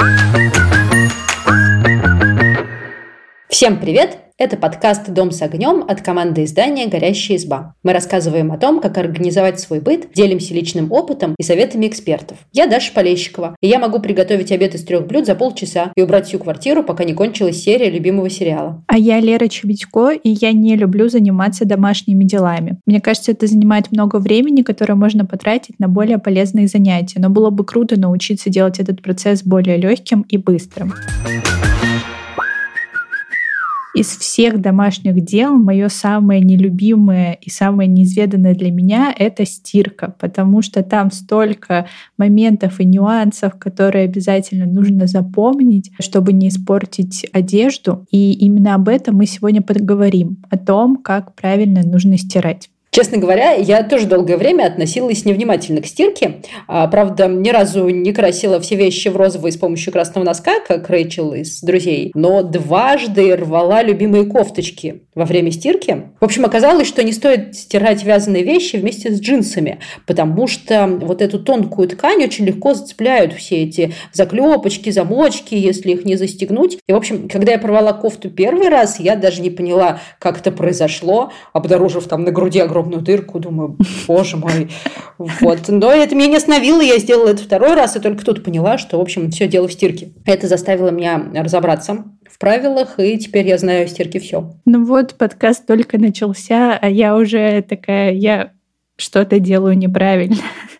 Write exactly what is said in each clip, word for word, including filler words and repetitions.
Всем привет! Это подкаст «Дом с огнем» от команды издания «Горящая изба». Мы рассказываем о том, как организовать свой быт, делимся личным опытом и советами экспертов. Я Даша Полещикова, и я могу приготовить обед из трех блюд за полчаса и убрать всю квартиру, пока не кончилась серия любимого сериала. А я Лера Чебедько, и я не люблю заниматься домашними делами. Мне кажется, это занимает много времени, которое можно потратить на более полезные занятия, но было бы круто научиться делать этот процесс более легким и быстрым. Из всех домашних дел мое самое нелюбимое и самое неизведанное для меня — это стирка, потому что там столько моментов и нюансов, которые обязательно нужно запомнить, чтобы не испортить одежду. И именно об этом мы сегодня поговорим, о том, как правильно нужно стирать. Честно говоря, я тоже долгое время относилась невнимательно к стирке. А, правда, ни разу не красила все вещи в розовый с помощью красного носка, как Рэйчел из «Друзей», но дважды рвала любимые кофточки во время стирки. В общем, оказалось, что не стоит стирать вязаные вещи вместе с джинсами, потому что вот эту тонкую ткань очень легко зацепляют все эти заклепочки, замочки, если их не застегнуть. И, в общем, когда я порвала кофту первый раз, я даже не поняла, как это произошло, обнаружив там на груди огромную дырку, думаю, боже мой. Вот. Но это меня не остановило, я сделала это второй раз, и только тут поняла, что, в общем, все дело в стирке. Это заставило меня разобраться в правилах, и теперь я знаю о стирке все. Ну вот, подкаст только начался, а я уже такая, я что-то делаю неправильно.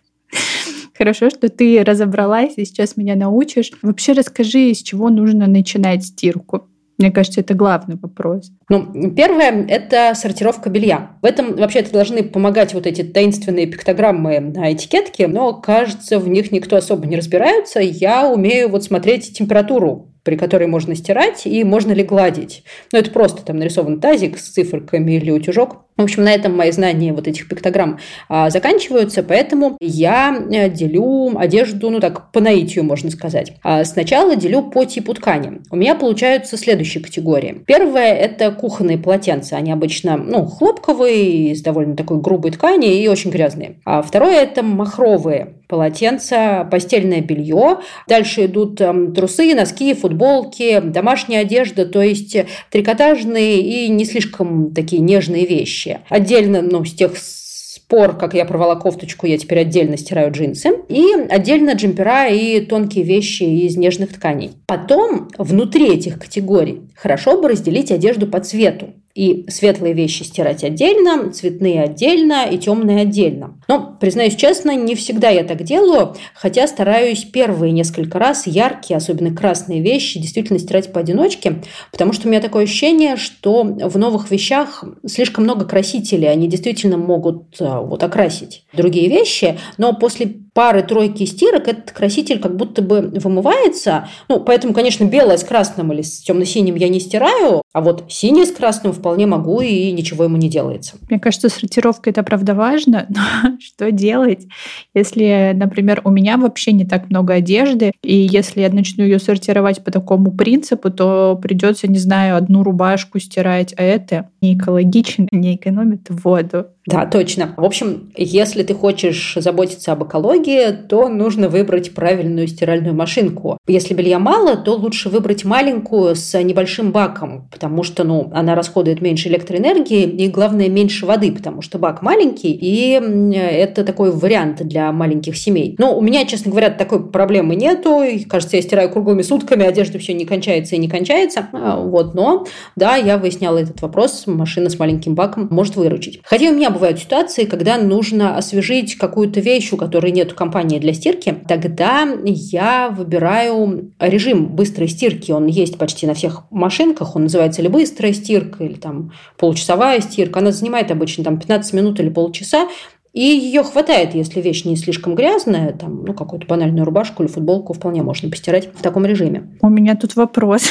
Хорошо, что ты разобралась и сейчас меня научишь. Вообще расскажи, с чего нужно начинать стирку. Мне кажется, это главный вопрос. Ну, первое – это сортировка белья. В этом вообще-то должны помогать вот эти таинственные пиктограммы на этикетке, но, кажется, в них никто особо не разбирается. Я умею вот смотреть температуру, при которой можно стирать и можно ли гладить. Ну, это просто там нарисован тазик с циферками или утюжок. В общем, на этом мои знания вот этих пиктограмм а, заканчиваются, поэтому я делю одежду, ну так, по наитию, можно сказать. А сначала делю по типу ткани. У меня получаются следующие категории. Первое – это кухонные полотенца. Они обычно, ну, хлопковые, из довольно такой грубой ткани и очень грязные. А второе – это махровые полотенца, постельное белье. Дальше идут там, трусы, носки, футболки, домашняя одежда, то есть трикотажные и не слишком такие нежные вещи. Отдельно, ну, с тех пор, как я порвала кофточку, я теперь отдельно стираю джинсы. И отдельно джемпера и тонкие вещи из нежных тканей. Потом внутри этих категорий хорошо бы разделить одежду по цвету. И светлые вещи стирать отдельно, цветные отдельно и темные отдельно. Но, признаюсь честно, не всегда я так делаю, хотя стараюсь первые несколько раз яркие, особенно красные вещи, действительно стирать поодиночке, потому что у меня такое ощущение, что в новых вещах слишком много красителей, они действительно могут вот, окрасить другие вещи, но после пары-тройки стирок этот краситель как будто бы вымывается. Ну, поэтому, конечно, белое с красным или с темно-синим я не стираю, а вот синее с красным вполне могу, и ничего ему не делается. Мне кажется, сортировка – это правда важно, но что делать, если, например, у меня вообще не так много одежды, и если я начну ее сортировать по такому принципу, то придется, не знаю, одну рубашку стирать, а это не экологично, не экономит воду. Да, точно. В общем, если ты хочешь заботиться об экологии, то нужно выбрать правильную стиральную машинку. Если белья мало, то лучше выбрать маленькую с небольшим баком, потому что, ну, она расходует меньше электроэнергии и, главное, меньше воды, потому что бак маленький, и это такой вариант для маленьких семей. Но у меня, честно говоря, такой проблемы нету. Кажется, я стираю круглыми сутками, одежда все не кончается и не кончается. Вот, но, да, я выясняла этот вопрос. Машина с маленьким баком может выручить. Хотя у меня бывают ситуации, когда нужно освежить какую-то вещь, у которой нет компании для стирки, тогда я выбираю режим быстрой стирки. Он есть почти на всех машинках. Он называется или быстрая стирка, или там получасовая стирка. Она занимает обычно там пятнадцать минут или полчаса. И ее хватает, если вещь не слишком грязная, там, ну, какую-то банальную рубашку или футболку вполне можно постирать в таком режиме. У меня тут вопрос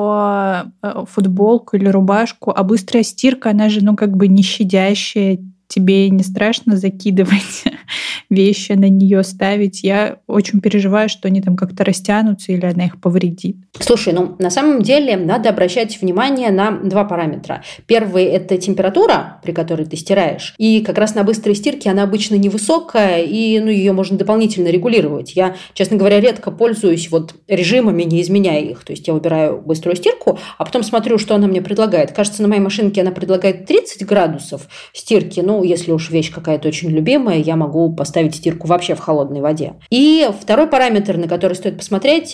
про футболку или рубашку. А быстрая стирка, она же, ну, как бы не щадящая тебе не страшно закидывать вещи на нее, ставить? Я очень переживаю, что они там как-то растянутся или она их повредит. Слушай, ну на самом деле надо обращать внимание на два параметра. Первый – это температура, при которой ты стираешь. И как раз на быстрой стирке она обычно невысокая, и ну, ее можно дополнительно регулировать. Я, честно говоря, редко пользуюсь вот режимами, не изменяя их. То есть я выбираю быструю стирку, а потом смотрю, что она мне предлагает. Кажется, на моей машинке она предлагает тридцать градусов стирки. Ну, если уж вещь какая-то очень любимая, я могу поставить стирку вообще в холодной воде. И второй параметр, на который стоит посмотреть,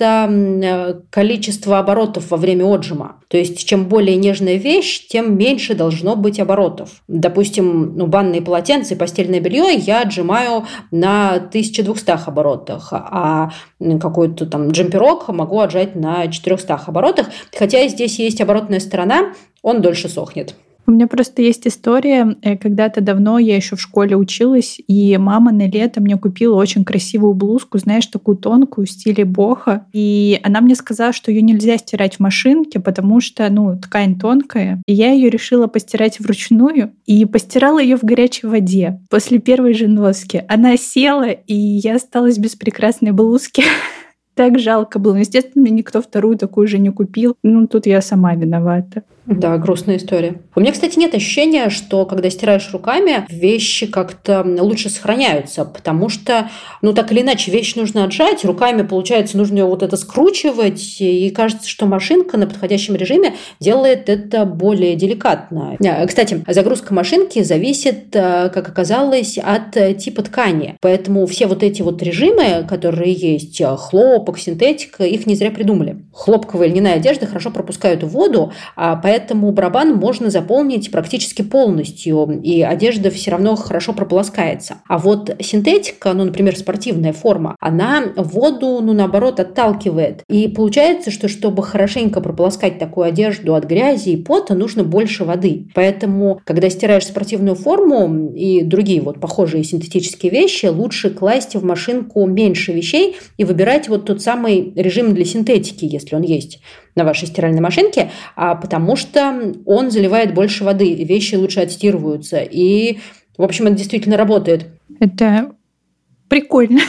это количество оборотов во время отжима. То есть, чем более нежная вещь, тем меньше должно быть оборотов. Допустим, ну, банные полотенца и постельное белье я отжимаю на тысяча двести оборотах, а какой-то там джемперок могу отжать на четыреста оборотах. Хотя здесь есть оборотная сторона, он дольше сохнет. У меня просто есть история. Когда-то давно я еще в школе училась, и мама на лето мне купила очень красивую блузку, знаешь, такую тонкую, в стиле бохо. И она мне сказала, что ее нельзя стирать в машинке, потому что, ну, ткань тонкая. И я ее решила постирать вручную, и постирала ее в горячей воде. После первой же носки она села, и я осталась без прекрасной блузки. Так жалко было. Естественно, мне никто вторую такую же не купил. Ну, тут я сама виновата. Да, грустная история. У меня, кстати, нет ощущения, что когда стираешь руками, вещи как-то лучше сохраняются, потому что, ну, так или иначе, вещь нужно отжать, руками, получается, нужно ее вот это скручивать, и кажется, что машинка на подходящем режиме делает это более деликатно. Кстати, загрузка машинки зависит, как оказалось, от типа ткани, поэтому все вот эти вот режимы, которые есть, хлопок, синтетика, их не зря придумали. Хлопковая льняная одежда хорошо пропускают воду, а поэтому Поэтому барабан можно заполнить практически полностью, и одежда все равно хорошо прополоскается. А вот синтетика, ну, например, спортивная форма, она воду, ну, наоборот, отталкивает. И получается, что чтобы хорошенько прополоскать такую одежду от грязи и пота, нужно больше воды. Поэтому, когда стираешь спортивную форму и другие вот похожие синтетические вещи, лучше класть в машинку меньше вещей и выбирать вот тот самый режим для синтетики, если он есть на вашей стиральной машинке, а потому что он заливает больше воды, вещи лучше отстирываются. И, в общем, это действительно работает. Это прикольно.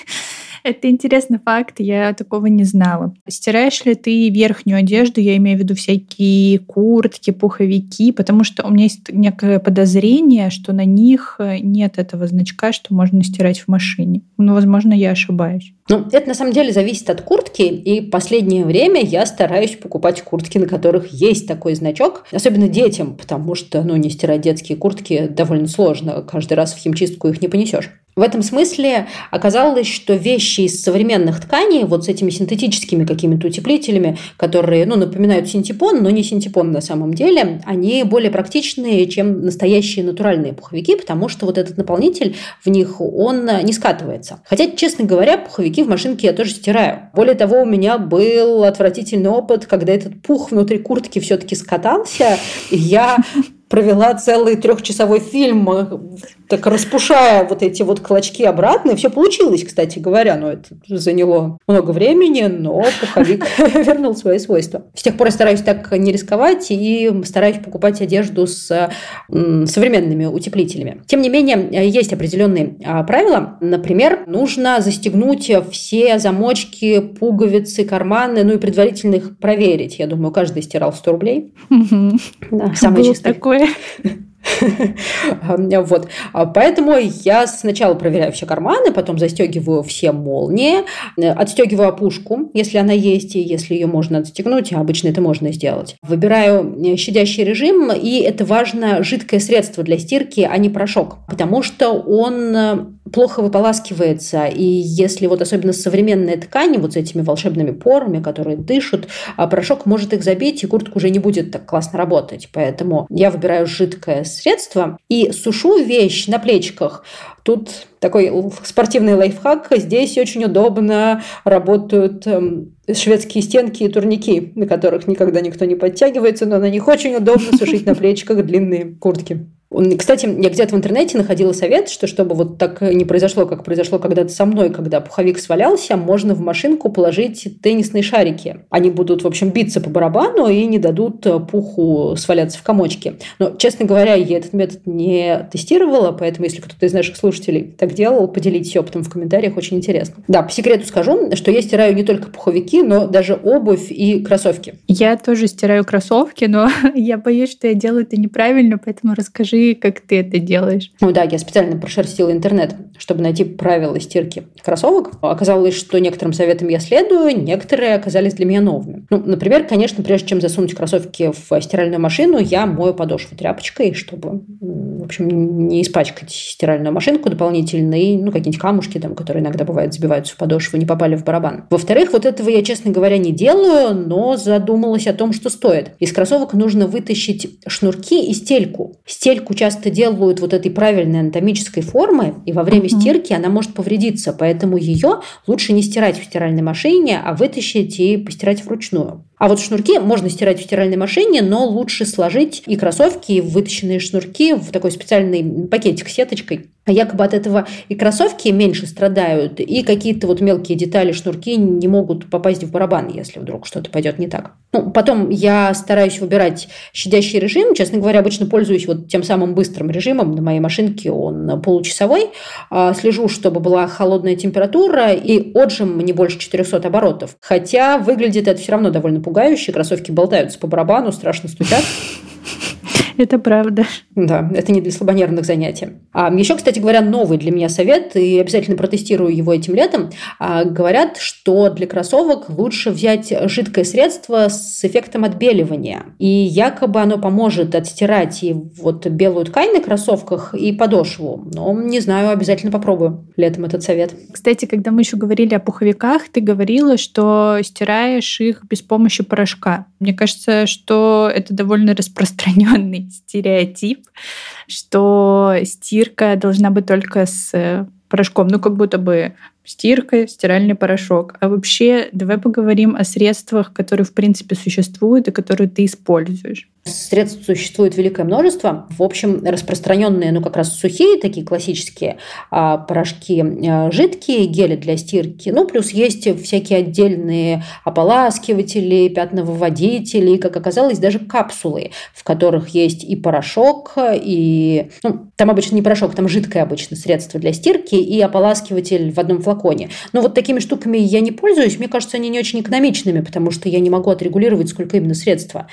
Это интересный факт, я такого не знала. Стираешь ли ты верхнюю одежду, я имею в виду всякие куртки, пуховики, потому что у меня есть некое подозрение, что на них нет этого значка, что можно стирать в машине. Но, возможно, я ошибаюсь. Ну, это на самом деле зависит от куртки, и в последнее время я стараюсь покупать куртки, на которых есть такой значок, особенно детям, потому что, ну, не стирать детские куртки довольно сложно, каждый раз в химчистку их не понесешь. В этом смысле оказалось, что вещи из современных тканей, вот с этими синтетическими какими-то утеплителями, которые, ну, напоминают синтепон, но не синтепон на самом деле, они более практичные, чем настоящие натуральные пуховики, потому что вот этот наполнитель в них, он не скатывается. Хотя, честно говоря, пуховики в машинке я тоже стираю. Более того, у меня был отвратительный опыт, когда этот пух внутри куртки все-таки скатался, и я провела целый трехчасовой фильм, так распушая вот эти вот клочки обратно. И все получилось, кстати говоря. Но это заняло много времени, но пуховик вернул свои свойства. С тех пор я стараюсь так не рисковать и стараюсь покупать одежду с современными утеплителями. Тем не менее, есть определенные правила. Например, нужно застегнуть все замочки, пуговицы, карманы, ну и предварительно их проверить. Я думаю, каждый стирал сто рублей. Да, самое чистое. Такое. Вот. Поэтому я сначала проверяю все карманы, потом застегиваю все молнии, отстегиваю опушку, если она есть, и если ее можно отстегнуть, а обычно это можно сделать. Выбираю щадящий режим, и это важно жидкое средство для стирки, а не порошок, потому что он плохо выполаскивается, и если вот особенно современные ткани вот с этими волшебными порами, которые дышат, порошок может их забить, и куртка уже не будет так классно работать. Поэтому я выбираю жидкое средство и сушу вещь на плечиках. Тут такой спортивный лайфхак. Здесь очень удобно работают шведские стенки и турники, на которых никогда никто не подтягивается, но на них очень удобно сушить на плечиках длинные куртки. Кстати, я где-то в интернете находила совет, что чтобы вот так не произошло, как произошло когда-то со мной, когда пуховик свалялся, можно в машинку положить теннисные шарики. Они будут, в общем, биться по барабану и не дадут пуху сваляться в комочки. Но, честно говоря, я этот метод не тестировала, поэтому, если кто-то из наших слушателей так делал, поделитесь опытом в комментариях, очень интересно. Да, по секрету скажу, что я стираю не только пуховики, но даже обувь и кроссовки. Я тоже стираю кроссовки, но я боюсь, что я делаю это неправильно, поэтому расскажи, как ты это делаешь. Ну да, я специально прошерстила интернет, чтобы найти правила стирки кроссовок. Оказалось, что некоторым советам я следую, некоторые оказались для меня новыми. Ну, например, конечно, прежде чем засунуть кроссовки в стиральную машину, я мою подошву тряпочкой, чтобы, в общем, не испачкать стиральную машинку дополнительно, и, ну, какие-нибудь камушки, там, которые иногда бывают, забиваются в подошву, не попали в барабан. Во-вторых, вот этого я, честно говоря, не делаю, но задумалась о том, что стоит. Из кроссовок нужно вытащить шнурки и стельку. Стельку часто делают вот этой правильной анатомической формы, и во время mm-hmm. стирки она может повредиться, поэтому ее лучше не стирать в стиральной машине, а вытащить и постирать вручную. А вот шнурки можно стирать в стиральной машине, но лучше сложить и кроссовки, и вытащенные шнурки в такой специальный пакетик с сеточкой. Якобы от этого и кроссовки меньше страдают, и какие-то вот мелкие детали, шнурки не могут попасть в барабан, если вдруг что-то пойдет не так. Ну, потом я стараюсь выбирать щадящий режим. Честно говоря, обычно пользуюсь вот тем самым быстрым режимом. На моей машинке он получасовой. Слежу, чтобы была холодная температура и отжим не больше четырехсот оборотов. Хотя выглядит это все равно довольно пугающе. Кроссовки болтаются по барабану, страшно стучат. Это правда. Да, это не для слабонервных занятий. А еще, кстати говоря, новый для меня совет, и обязательно протестирую его этим летом. А, говорят, что для кроссовок лучше взять жидкое средство с эффектом отбеливания. И якобы оно поможет отстирать и вот белую ткань на кроссовках, и подошву. Но не знаю, обязательно попробую летом этот совет. Кстати, когда мы еще говорили о пуховиках, ты говорила, что стираешь их без помощи порошка. Мне кажется, что это довольно распространенный стереотип, что стирка должна быть только с порошком. Ну, как будто бы стирка, стиральный порошок. А вообще, давай поговорим о средствах, которые, в принципе, существуют и которые ты используешь. Средств существует великое множество. В общем, распространенные, ну, как раз сухие, такие классические а, порошки, а, жидкие, гели для стирки. Ну, плюс есть всякие отдельные ополаскиватели, пятновыводители, как оказалось, даже капсулы, в которых есть и порошок, и... Ну, там обычно не порошок, там жидкое обычно средство для стирки и ополаскиватель в одном флаконе. Но вот такими штуками я не пользуюсь. Мне кажется, они не очень экономичными, потому что я не могу отрегулировать, сколько именно средства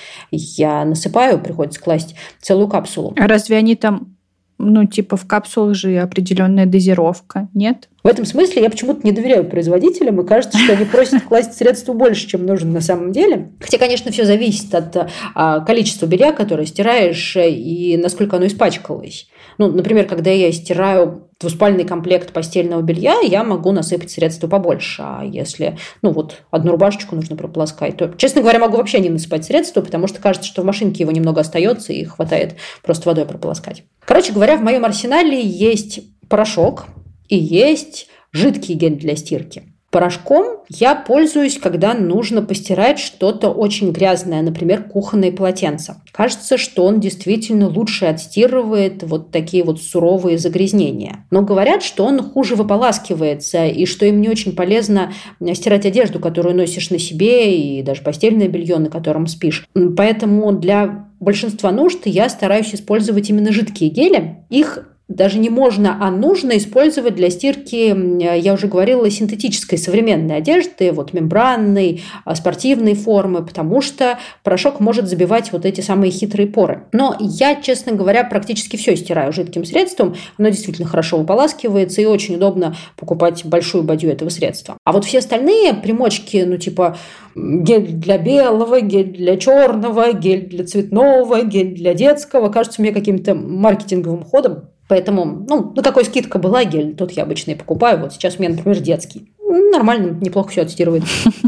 я насыпаю, приходится класть целую капсулу. А разве они там, ну, типа в капсулах же определенная дозировка, нет? В этом смысле я почему-то не доверяю производителям, и кажется, что они просят класть средства больше, чем нужно на самом деле. Хотя, конечно, все зависит от а, количества белья, которое стираешь, и насколько оно испачкалось. Ну, например, когда я стираю двуспальный комплект постельного белья, я могу насыпать средства побольше. А если, ну, вот одну рубашечку нужно прополоскать, то, честно говоря, могу вообще не насыпать средства, потому что кажется, что в машинке его немного остается, и хватает просто водой прополоскать. Короче говоря, в моем арсенале есть порошок и есть жидкий гель для стирки. Порошком я пользуюсь, когда нужно постирать что-то очень грязное, например, кухонные полотенца. Кажется, что он действительно лучше отстирывает вот такие вот суровые загрязнения. Но говорят, что он хуже выполаскивается, и что им не очень полезно стирать одежду, которую носишь на себе, и даже постельное белье, на котором спишь. Поэтому для большинства нужд я стараюсь использовать именно жидкие гели. Их даже не можно, а нужно использовать для стирки, я уже говорила, синтетической современной одежды, вот мембранной, спортивной формы, потому что порошок может забивать вот эти самые хитрые поры. Но я, честно говоря, практически все стираю жидким средством. Оно действительно хорошо выполаскивается, и очень удобно покупать большую бадью этого средства. А вот все остальные примочки, ну типа гель для белого, гель для черного, гель для цветного, гель для детского, кажется мне каким-то маркетинговым ходом. Поэтому, ну, на какой скидка была гель, тот я обычно и покупаю. Вот сейчас у меня, например, детский. Нормально, неплохо все отстирывает.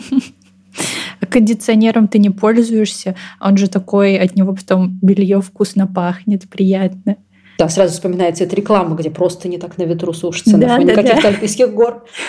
А кондиционером ты не пользуешься? Он же такой, от него потом белье вкусно пахнет, приятно. Да, сразу вспоминается эта реклама, где просто не так на ветру сушится, да, на фоне да, каких-то да. альпийских гор.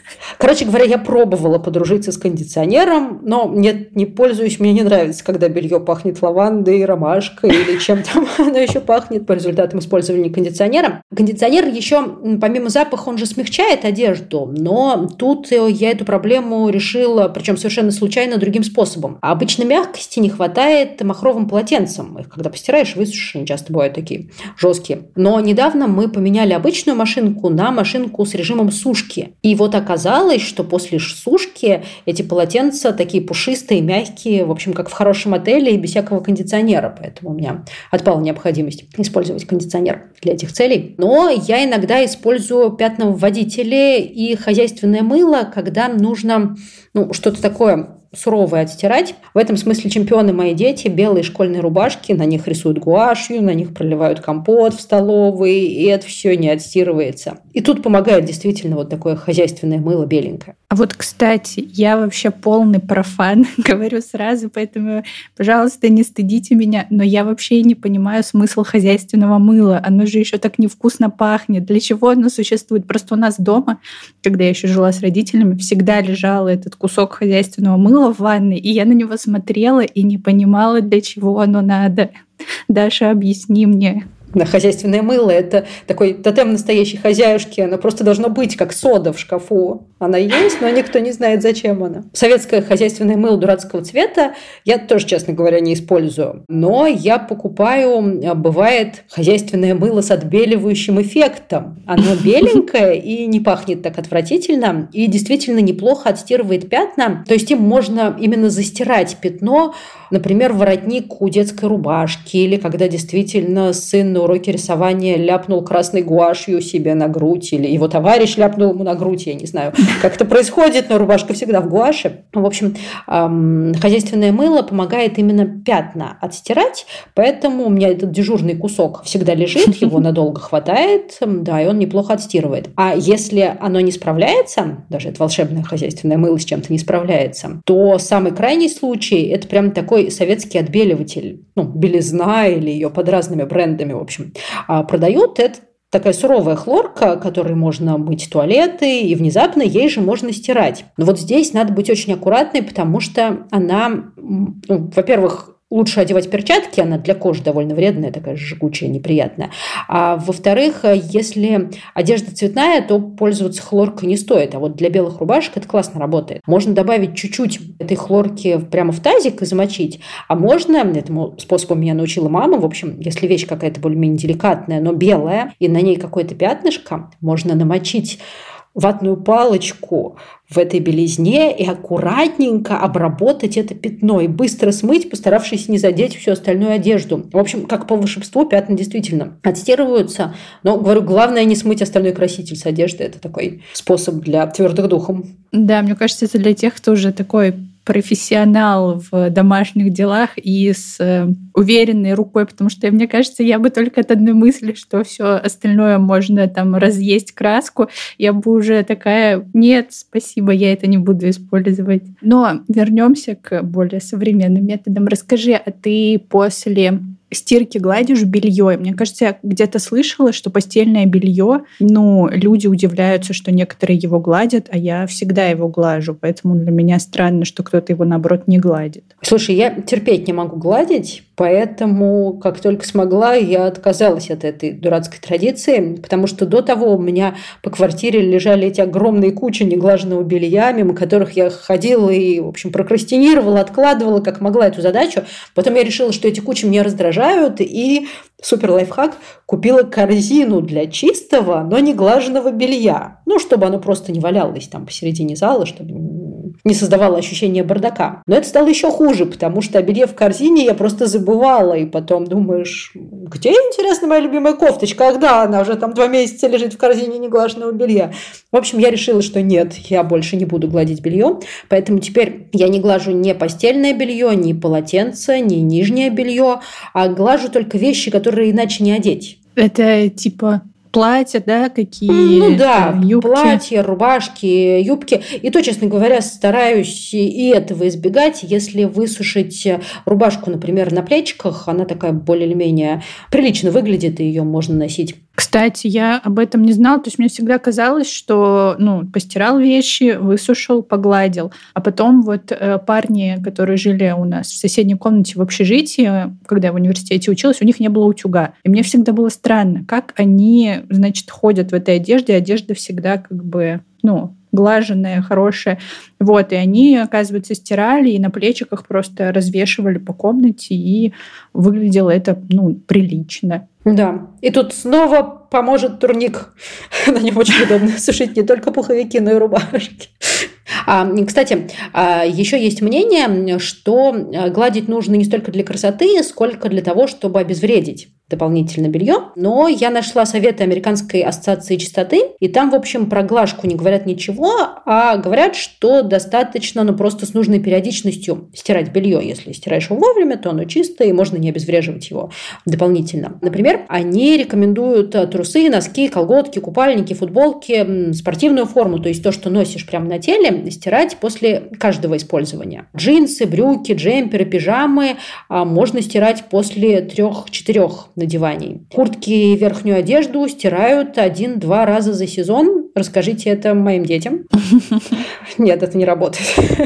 Короче говоря, я пробовала подружиться с кондиционером, но нет, не пользуюсь, мне не нравится, когда белье пахнет лавандой, ромашкой или чем там оно еще пахнет по результатам использования кондиционера. Кондиционер еще, помимо запаха, он же смягчает одежду, но тут я эту проблему решила, причем совершенно случайно, другим способом. А обычно мягкости не хватает махровым полотенцем. Их когда постираешь, высушишь, они часто бывают такие жесткие. Но недавно мы поменяли обычную машинку на машинку с режимом сушки. И вот оказалось, что после сушки эти полотенца такие пушистые, мягкие, в общем, как в хорошем отеле и без всякого кондиционера. Поэтому у меня отпала необходимость использовать кондиционер для этих целей. Но я иногда использую пятновыводители и хозяйственное мыло, когда нужно ну, что-то такое суровое отстирать. В этом смысле чемпионы мои дети. Белые школьные рубашки, на них рисуют гуашью, на них проливают компот в столовой, и это все не отстирывается. И тут помогает действительно вот такое хозяйственное мыло беленькое. А вот, кстати, я вообще полный профан, говорю сразу, поэтому, пожалуйста, не стыдите меня, но я вообще не понимаю смысл хозяйственного мыла. Оно же еще так невкусно пахнет. Для чего оно существует? Просто у нас дома, когда я еще жила с родителями, всегда лежал этот кусок хозяйственного мыла в ванной, и я на него смотрела и не понимала, для чего оно надо. Даша, объясни мне. Да, хозяйственное мыло – это такой тотем настоящей хозяюшки. Оно просто должно быть, как сода в шкафу. Она есть, но никто не знает, зачем она. Советское хозяйственное мыло дурацкого цвета я тоже, честно говоря, не использую. Но я покупаю, бывает, хозяйственное мыло с отбеливающим эффектом. Оно беленькое и не пахнет так отвратительно. И действительно неплохо отстирывает пятна. То есть им можно именно застирать пятно, например, воротник у детской рубашки, или когда действительно сын на уроке рисования ляпнул красной гуашью себе на грудь, или его товарищ ляпнул ему на грудь, я не знаю, как это происходит, но рубашка всегда в гуаше. В общем, эм, хозяйственное мыло помогает именно пятна отстирать, поэтому у меня этот дежурный кусок всегда лежит, его надолго хватает, да, и он неплохо отстирывает. А если оно не справляется, даже это волшебное хозяйственное мыло с чем-то не справляется, то самый крайний случай – это прям такой советский отбеливатель, ну, белизна или ее под разными брендами, в общем, продают. Это такая суровая хлорка, которой можно мыть туалеты, и внезапно ей же можно стирать. Но вот здесь надо быть очень аккуратной, потому что она, ну, во-первых, лучше одевать перчатки, она для кожи довольно вредная, такая жгучая, неприятная. А во-вторых, если одежда цветная, то пользоваться хлоркой не стоит. А вот для белых рубашек это классно работает. Можно добавить чуть-чуть этой хлорки прямо в тазик и замочить. А можно, этому способу меня научила мама, в общем, если вещь какая-то более-менее деликатная, но белая, и на ней какое-то пятнышко, можно намочить ватную палочку в этой белизне и аккуратненько обработать это пятно и быстро смыть, постаравшись не задеть всю остальную одежду. В общем, как по волшебству, пятна действительно отстирываются. Но, говорю, главное не смыть остальной краситель с одежды. Это такой способ для твердых духом. Да, мне кажется, это для тех, кто уже такой профессионал в домашних делах и с э, уверенной рукой, потому что, мне кажется, я бы только от одной мысли, что все остальное можно там разъесть краску, я бы уже такая: нет, спасибо, я это не буду использовать. Но вернемся к более современным методам. Расскажи, а ты после стирки гладишь белье? Мне кажется, я где-то слышала, что постельное белье, ну, люди удивляются, что некоторые его гладят, а я всегда его глажу, поэтому для меня странно, что кто-то его, наоборот, не гладит. Слушай, я терпеть не могу гладить, поэтому, как только смогла, я отказалась от этой дурацкой традиции, потому что до того у меня по квартире лежали эти огромные кучи неглаженного белья, мимо которых я ходила и, в общем, прокрастинировала, откладывала, как могла, эту задачу. Потом я решила, что эти кучи меня раздражают, и супер лайфхак, купила корзину для чистого, но не глаженного белья. Ну, чтобы оно просто не валялось там посередине зала, чтобы не создавало ощущения бардака. Но это стало еще хуже, потому что о белье в корзине я просто забывала. И потом думаешь, где, интересно, моя любимая кофточка? Ах да, она уже там два месяца лежит в корзине неглаженного белья. В общем, я решила, что нет, я больше не буду гладить белье. Поэтому теперь я не глажу ни постельное белье, ни полотенце, ни нижнее белье, а глажу только вещи, которые иначе не одеть. Это типа платья, да, какие? Ну да, юбки. Платья, рубашки, юбки. И то, честно говоря, стараюсь и этого избегать. Если высушить рубашку, например, на плечиках, она такая более-менее прилично выглядит, и ее можно носить Кстати, я об этом не знала. То есть мне всегда казалось, что ну, постирал вещи, высушил, погладил. А потом вот э, парни, которые жили у нас в соседней комнате в общежитии, когда я в университете училась, у них не было утюга. И мне всегда было странно, как они, значит, ходят в этой одежде. Одежда всегда как бы, ну, глаженная, хорошая. Вот, и они, оказывается, стирали и на плечиках просто развешивали по комнате, и выглядело это, ну, прилично. Да. И тут снова поможет турник. На нем очень удобно сушить не только пуховики, но и рубашки. А, кстати, еще есть мнение, что гладить нужно не столько для красоты, сколько для того, чтобы обезвредить дополнительно белье. Но я нашла советы Американской ассоциации чистоты, и там, в общем, про глажку не говорят ничего, а говорят, что достаточно, ну, просто с нужной периодичностью стирать белье. Если стираешь его вовремя, то оно чистое, и можно не обезвреживать его дополнительно. Например, они рекомендуют трусы, носки, колготки, купальники, футболки, спортивную форму, то есть то, что носишь прямо на теле, стирать после каждого использования. Джинсы, брюки, джемперы, пижамы можно стирать после трех-четырех надеваний. Куртки и верхнюю одежду стирают один-два раза за сезон. Расскажите это моим детям. Нет, это не работает.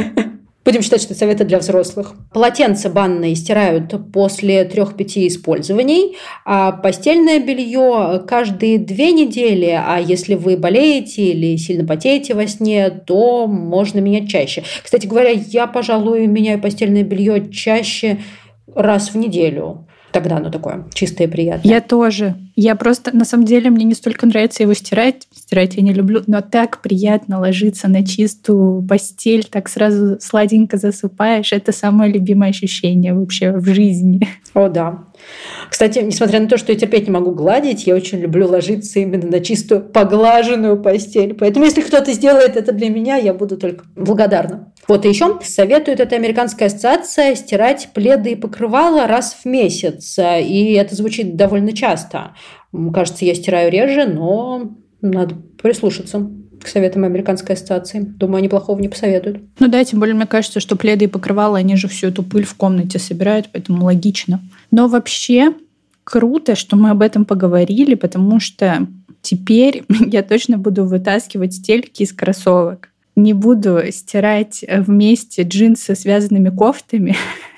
Будем считать, что это советы для взрослых. Полотенца банные стирают после трех-пяти использований, а постельное белье каждые две недели, а если вы болеете или сильно потеете во сне, то можно менять чаще. Кстати говоря, я, пожалуй, меняю постельное белье чаще раз в неделю. Тогда оно такое чистое и приятное. Я тоже. Я просто, на самом деле, мне не столько нравится его стирать. Стирать я не люблю, но так приятно ложиться на чистую постель, так сразу сладенько засыпаешь. Это самое любимое ощущение вообще в жизни. О, да. Кстати, несмотря на то, что я терпеть не могу гладить, я очень люблю ложиться именно на чистую, поглаженную постель. Поэтому, если кто-то сделает это для меня, я буду только благодарна. Вот и еще советует эта Американская ассоциация стирать пледы и покрывала раз в месяц. И это звучит довольно часто. Кажется, я стираю реже, но надо прислушаться к советам Американской ассоциации. Думаю, они плохого не посоветуют. Ну да, тем более, мне кажется, что пледы и покрывала, они же всю эту пыль в комнате собирают, поэтому логично. Но вообще круто, что мы об этом поговорили, потому что теперь я точно буду вытаскивать стельки из кроссовок. Не буду стирать вместе джинсы с связанными кофтами.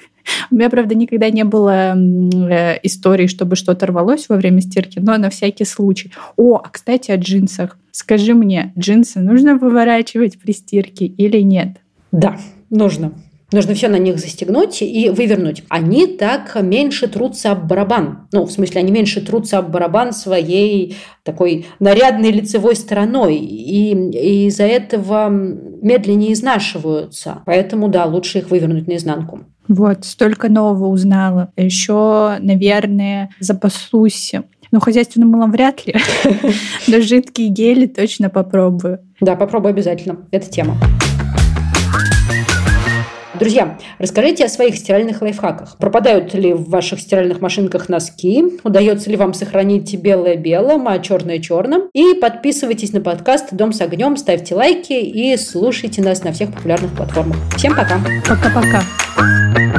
У меня, правда, никогда не было э, истории, чтобы что-то рвалось во время стирки, но на всякий случай. О, а кстати, о джинсах. Скажи мне, джинсы нужно выворачивать при стирке или нет? Да, нужно. Нужно все на них застегнуть и вывернуть. Они так меньше трутся об барабан. Ну, в смысле, они меньше трутся об барабан своей такой нарядной лицевой стороной. И, и из-за этого медленнее изнашиваются. Поэтому, да, лучше их вывернуть наизнанку. Вот, столько нового узнала. Еще, наверное, запасусь. Ну, хозяйственным мылом вряд ли. Но жидкие гели точно попробую. Да, попробуй обязательно. Это тема. Друзья, расскажите о своих стиральных лайфхаках. Пропадают ли в ваших стиральных машинках носки? Удается ли вам сохранить белое белым, а черное черным? И подписывайтесь на подкаст «Дом с огнем», ставьте лайки и слушайте нас на всех популярных платформах. Всем пока! Пока-пока!